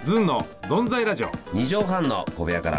ズンのゾンザイラジオ 2畳半の小部屋から。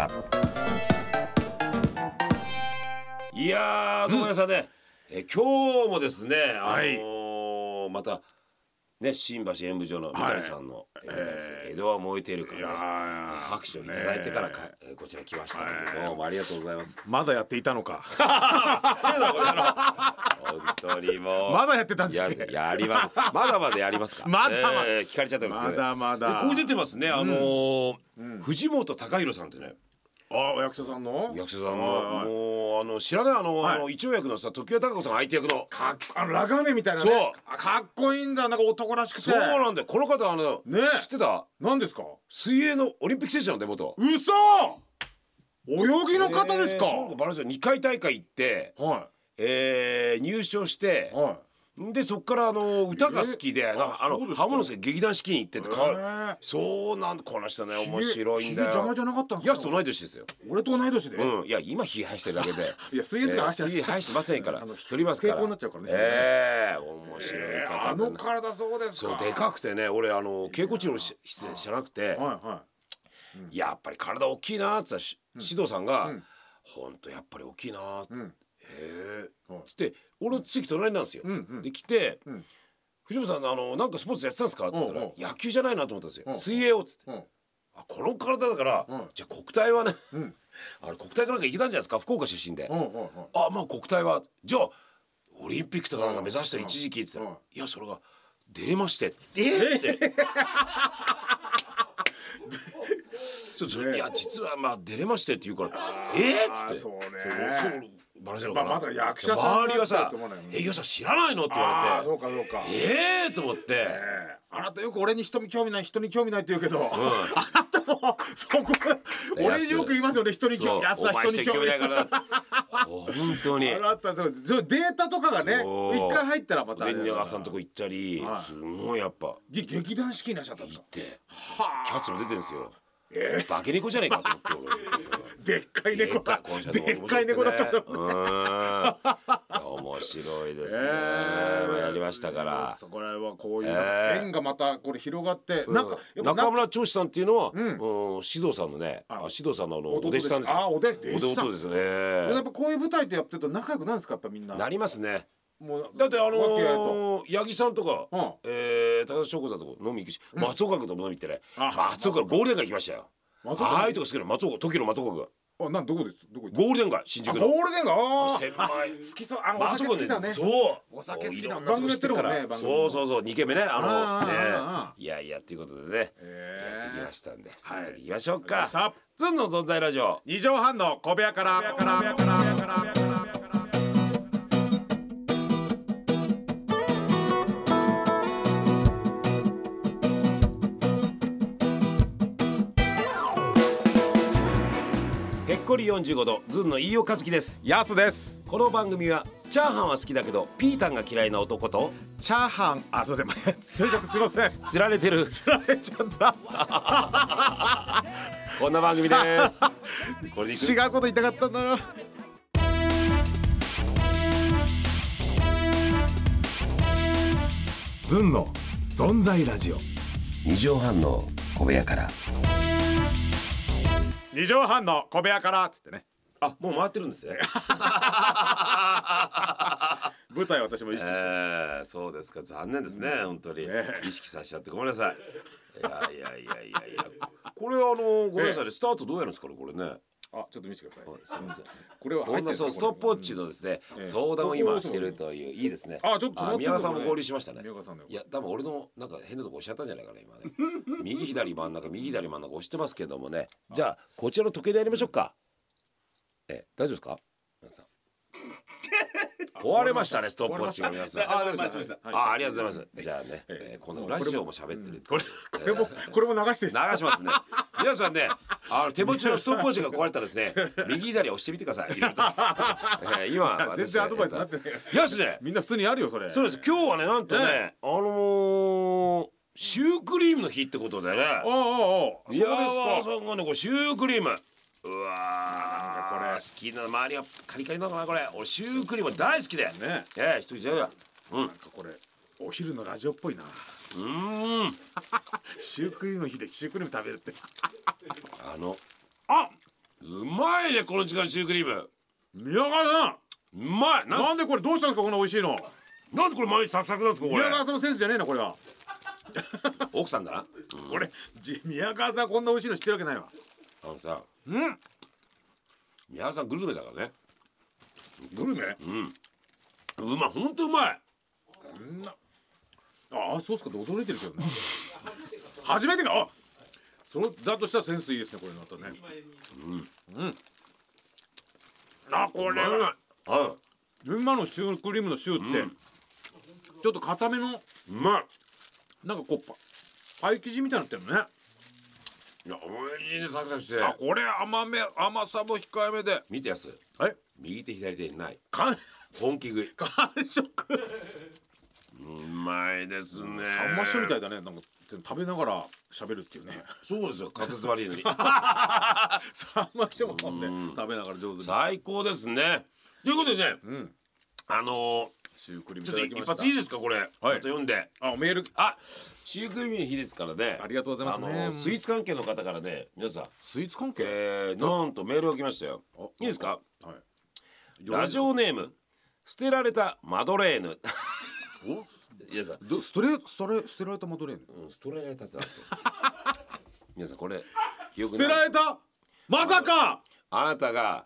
いやー、どうも皆さんね、今日もですね、またね、新橋演舞場の三谷さんの、江戸は燃えているから、拍手をいただいてからこちら来ましたので、どうもありがとうございます。 まだやっていたのかそうだこれ本当にもうまだやってたんですか。やります。まだまだやりますか。 まだまだ聞かれちゃってますけどね。 まだまだここに出てますね、藤本隆弘さんってね、 役者さんのもう知らない一応役のさ、常盤貴子さん相手役のラガメみたいなね。そうかっこいいんだ。なんか男らしくて。 そうなんだよ。この方ね、知ってた？ 何ですか？ 水泳のオリンピック選手なんで元。 嘘！泳ぎの方ですか？ バランス2回大会行って、入賞して、でそっから歌が好きで、浜野劇劇団四季に行ってて、そうなんだ。この人ね面白いんだよ。 邪魔じゃなかったんですか？ やすと同い年ですよ。 俺と同い年で。 いや今ひげ生やしてるだけで。 いや水泳とか生やしてませんから。そりますから。 抵抗になっちゃうからね。 面白い方。 あの体そうですか。 そうでかくてね、俺稽古中の失礼知らなくて、やっぱり体大きいなーって言ったら獅童さんが本当やっぱり大きいなーって。つって俺の席隣なんですよ。で来て「藤本さんなんかスポーツやってたんですか?」っつったら「野球じゃないなと思ったんですよ。水泳を」っつって「この体だからじゃあ国体はね、国体かなんか行けたんじゃないですか、福岡出身で。まあ国体はじゃあオリンピックとかなんか目指した一時期」っつったら「いやそれが出れまして」っていや実はまあ出れましてって言うから「っつって。そうバラせるのかな。 まだ役者さん周りはさ「いやさ知らないの?」って言われて、 そうかそうか。 と思って、 あなたよく俺に人に興味ないって言うけど、あなたもそこ俺によく言いますよね。人に興味ないから本当に。 あなたデータとかがね一回入ったらまた宮川さんとこ行ったり、すごいやっぱ劇団四季にいらっしゃったんですか？ 行ってキャッツも出てるんですよ。化け猫じゃねえかと思って。 でっかい猫だ。でっかい猫だったんだろうね。 面白いですね。やりましたから。 これはこういう縁がまたこれ広がって、 中村長司さんっていうのは獅童さんのね、獅童さんのお弟子さんですか。 お弟子さんですね。 やっぱこういう舞台ってやってると仲良くなるんですか？やっぱみんな。 なりますね。だって八木さんとか高田翔子さんとか飲み行くし、松岡君とも飲み行ってね、松岡ゴールデン街行きましたよ。ああいうとこ好きな松岡、時の松岡君。 どこです？ ゴールデン街、新宿の。 ゴールデン街。 先輩好きそう。お酒好きだね。 そう。 お酒好きだ。番組やってるもんね。 そう2軒目ね。いやということでね、やってきましたんで、早速行きましょうか。ズンの存在ラジオ 2畳半の小部屋から。 ぺっこり45度ズンの飯尾和樹です。 ヤスです。 この番組はチャーハンは好きだけどピータンが嫌いな男とチャーハンすいません釣れちゃってすいません。 釣られてる釣られちゃったこんな番組です。これで違うこと言いたかったんだな。ズンの存在ラジオ 2畳半の小部屋から。 2畳半の小部屋からっつってね。 もう回ってるんですね。 舞台私も意識して、 そうですか。残念ですね、本当に意識させちゃってごめんなさい。いやこれごめんなさいね、スタートどうやるんですかねこれね。 ちょっと見せてください。 すみません。 これはこんなストップウォッチのですね、相談を今してるという。いいですね。 ちょっと宮川さんも合流しましたね。 いや多分俺のなんか変なとこ押しちゃったんじゃないかな今ね。右左真ん中押してますけどもね。じゃあこちらの時計でやりましょうか。大丈夫ですか皆さん。壊れましたね、ストップウォッチが皆さん。 ありがとうございます。じゃあね、このラジオも喋ってる。 これも流して流しますね。皆さんね、手持ちのストップウォッチが壊れたらですね、右左押してみてください。今全然アドバイスになってない。 よしね、 みんな普通にあるよそれ。 そうです。今日はね、なんとね、シュークリームの日ってことでね。宮川さんがね、これシュークリーム。うわこれ好きな、周りはカリカリなのかなこれ。俺シュークリーム大好きでね。一口じゃあなんかこれお昼のラジオっぽいな。 シュークリームの日でシュークリーム食べるってあうまいねこの時間シュークリーム。 宮川さんうまいなんでこれどうしたんですかこんな美味しいの。 なんでこれ毎日サクサクなんですかこれ。 宮川さんのセンスじゃねえなこれは。 奥さんだな、 これ宮川さんこんな美味しいの知ってるわけないわ。 あのさうん宮川さんグルメだからね。 グルメうまいほんとうまい。 あそうっすかって驚いてるけどね初めてか。そうだとしたらセンスいいですねこれまたね。これは今のシュークリームのシューってちょっと固めのうまい。 なんかこうパイ生地みたいになってるね。 いや美味しいねサクサクして。 これ甘さも控えめで。 見てやす右手左手にない本気食い完食。 うまいですね。 さんま師匠みたいだね。なんか食べながら喋るっていうね。 そうですよ滑舌悪いのにさんま師匠もね食べながら上手に。 最高ですね。ということでねシュークリームちょっと一発いいですかこれ、また読んで。 メールシュークリームの日ですからね。 ありがとうございますね。 スイーツ関係の方からね皆さんスイーツ関係なんとメールが来ましたよ。いいですか。 はいラジオネーム捨てられたマドレーヌ皆さん捨てられたマドレーヌ。 捨てられたってなんですか皆さんこれ記憶捨てられたまさかあなたが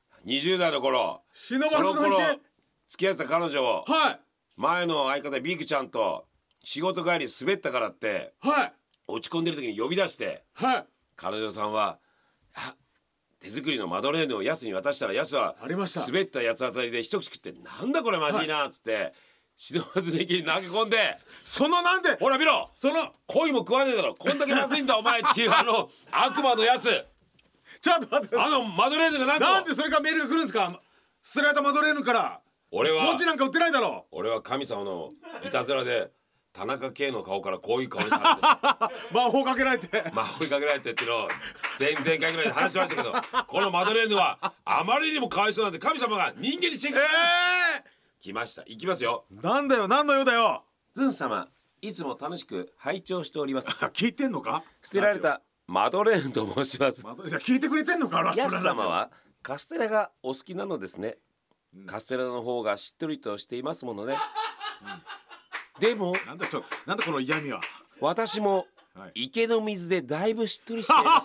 20代の頃忍ばずのその頃池。 付き合ってた彼女をはい前の相方ビークちゃんと仕事帰り滑ったからってはい落ち込んでる時に呼び出してはい彼女さんは手作りのマドレーヌをヤスに渡したらヤスはありました滑った八つ当たりで一口食ってなんだこれまずいなっつって忍ばずの池に投げ込んでそのなんでほら見ろその恋も食わねえだろこんだけまずいんだお前っていう悪魔のヤスちょっと待ってマドレーヌがなんでそれからメールが来るんですか。捨てられたマドレーヌから俺は文字なんか売ってないだろ俺は神様のいたずらで田中圭の顔からこういう顔にされて魔法かけられて魔法にかけられてっていうのを前々回ぐらいで話しましたけどこのマドレーヌはあまりにもかわいそうなんで神様が人間にせっかく来ました。行きますよ。 なんだよ何の用だよ。 ズン様いつも楽しく拝聴しております聞いてんのか。 捨てられたマドレーヌと申します。 じゃあ聞いてくれてんのか。 ヤス様はカステラがお好きなのですね。カステラの方がしっとりとしていますものね、でもなんだこの嫌味は。 私も池の水でだいぶしっとりしています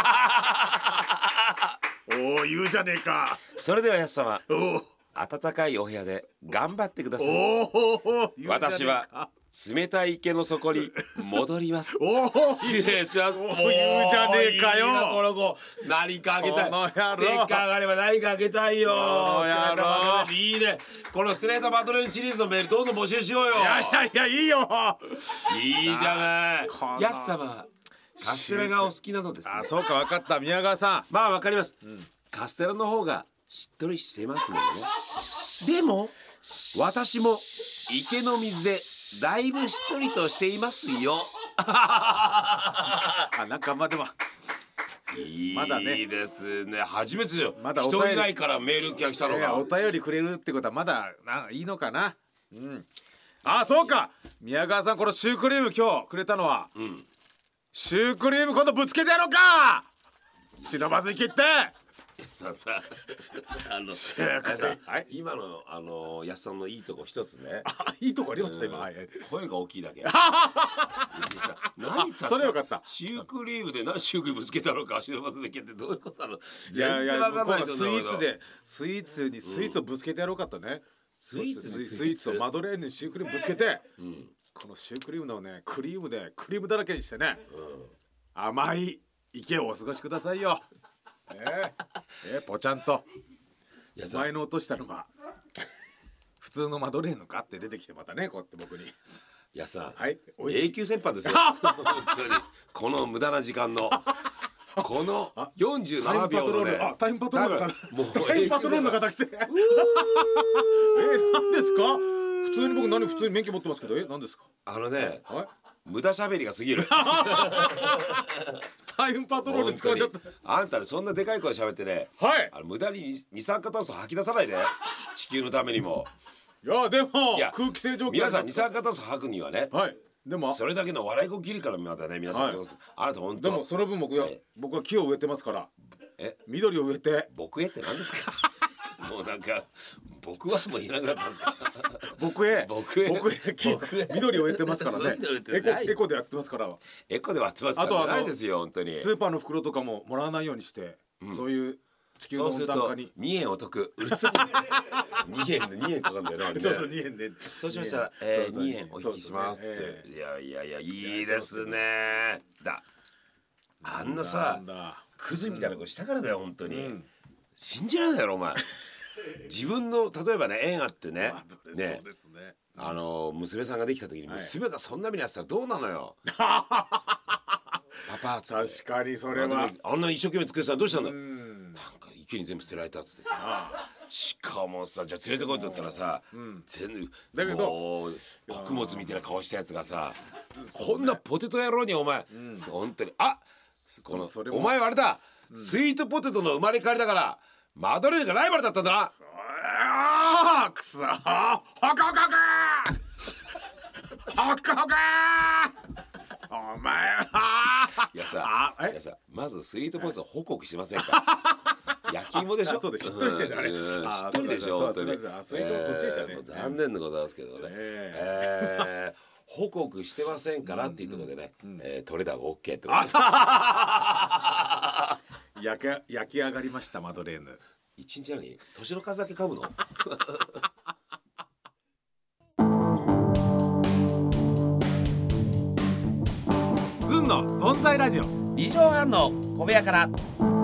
おお言うじゃねえか。 それではヤス様お暖かいお部屋で頑張ってください。 お私は冷たい池の底に戻ります失礼します。 言うじゃねえかよ。 この子何かあげたい。ステこの野郎ッカーがあれば何かあげたいよ。 この野郎いいね。このストレートバトルシリーズのメールどんどん募集しようよ。 いやいいよ。 いいじゃない。ヤス様カステラがお好きなのですね。 そうか分かった宮川さまあわかります、カステラの方がしっとりしていますもんね。でも私も池の水でだいぶしっとりとしていますよなんかでもまだねいいですね。初めてですよ。 まだ人以外からメールが来たのが。 お便りくれるってことはまだいいのかな。そうか宮川さんこのシュークリーム今日くれたのは、シュークリーム今度ぶつけてやろうか。忍ばず行けってさはい今のやすさんのいいとこ一つね。 いいとこありました今。 声が大きいだけ。何さそれよかった。 シュークリームで何シュークリームつけたのか忍ばずだけってどういうことなの。 いや分かんないとスイーツをぶつけてやろうかとね。スイーツをマドレーヌにシュークリームぶつけて、このシュークリームのねクリームだらけにしてね、甘い池をお過ごしくださいよ。ぽちゃんとお前の落としたのが普通のマドレーヌかって出てきてまたねこうやって僕に。 いやさ、 永久戦犯ですよ本当にこの無駄な時間のこの47秒のねタイムパトロールの方タイムパトロールの方来て何ですか。普通に僕普通に免許持ってますけど何ですか。 無駄喋りが過ぎるタイムパトロール使っちゃった。 あんたそんなでかい声喋ってね、無駄に二酸化炭素吐き出さないで地球のためにも。 いやでも空気清浄機皆さん二酸化炭素吐くにはね、 でもそれだけの笑いこきりからまたね皆さん、あなた本当でもその分僕は木を植えてますから。緑を植えて。 僕へって何ですかもうなんか僕はもういなくなったんですか僕へ緑を植えてますからね。エコでやってますから。 エコで割ってますからないですよ本当に。 スーパーの袋とかももらわないようにして、そういう地球の温暖化に 2円お得。2円かかるんだよね。 そう2円で。 そうしましたら2円お引きしますって。いやいいですね。あんなさクズみたいなことしたからだよ本当に。信じられないだろお前。自分の例えばね縁あってね娘さんができた時に娘がそんな目にあってたらどうなのよ。パパっつって。 確かにそれはあんな一生懸命作ってたらどうしたんだ。なんか池に全部捨てられたっつってさ。しかもさじゃあ連れてこいって言ったらさ全部だけど穀物みたいな顔したやつがさこんなポテト野郎にお前本当にお前はあれだスイートポテトの生まれ変わりだからマドレーヌがライバルだったんだな。 くそホクホクお前はいやさまずスイートポテトホクホクしてませんか。焼き芋でしょ。 そうでしっとりしてるあれ。しっとりでしょ本当に。残念でございますけどね。ホクホクしてませんからっていうところでね取れたが OK ってことで焼き上がりましたマドレーヌ。 一日何年の数だけ噛むのズンの存在ラジオ二畳半の小部屋から。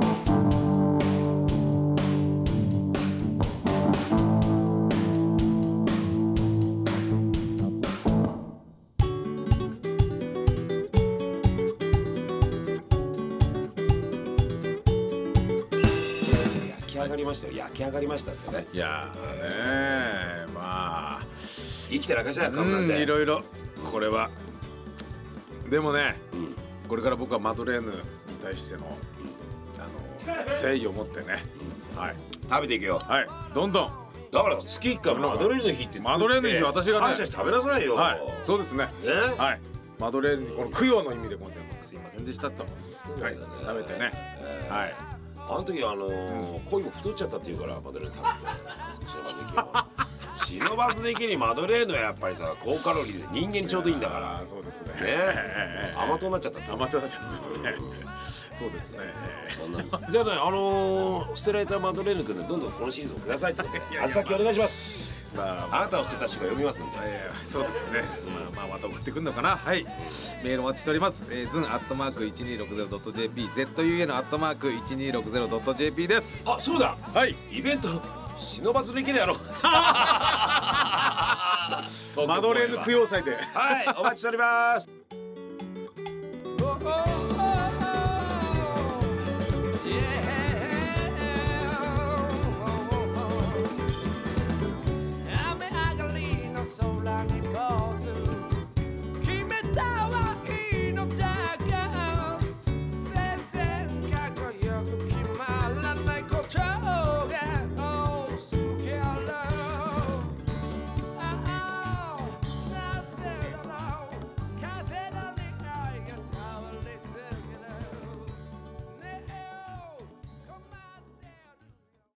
焼き上がりましたってね。 いやねまあ生きてる証だよ顔なんて。 いろいろこれはでもねこれから僕はマドレーヌに対しての誠意を持ってね食べていくよ。 どんどんだから月1回マドレーヌの日ってマドレーヌの日私がね感謝して食べなさいよ。 そうですね。マドレーヌにこの供養の意味で今度すいませんでしたと食べてね。 あの時恋も太っちゃったっていうからマドレーヌ食べて忍ばずできにマドレーヌはやっぱりさ高カロリーで人間にちょうどいいんだから。 そうですね。 甘党になっちゃったって甘党になっちゃったちょっとね。そうですね。 じゃあね捨てられたマドレーヌ君でどんどんこのシリーズをくださいってあ先お願いします。あなたを捨てた人が読みますんで。 そうですね。また送ってくるのかな。メールお待ちしております。zun@1260.jp zun@1260.jp です。 あ、そうだ。イベント忍ばずできるやろ。 マドレーヌ供養祭で。 お待ちしております。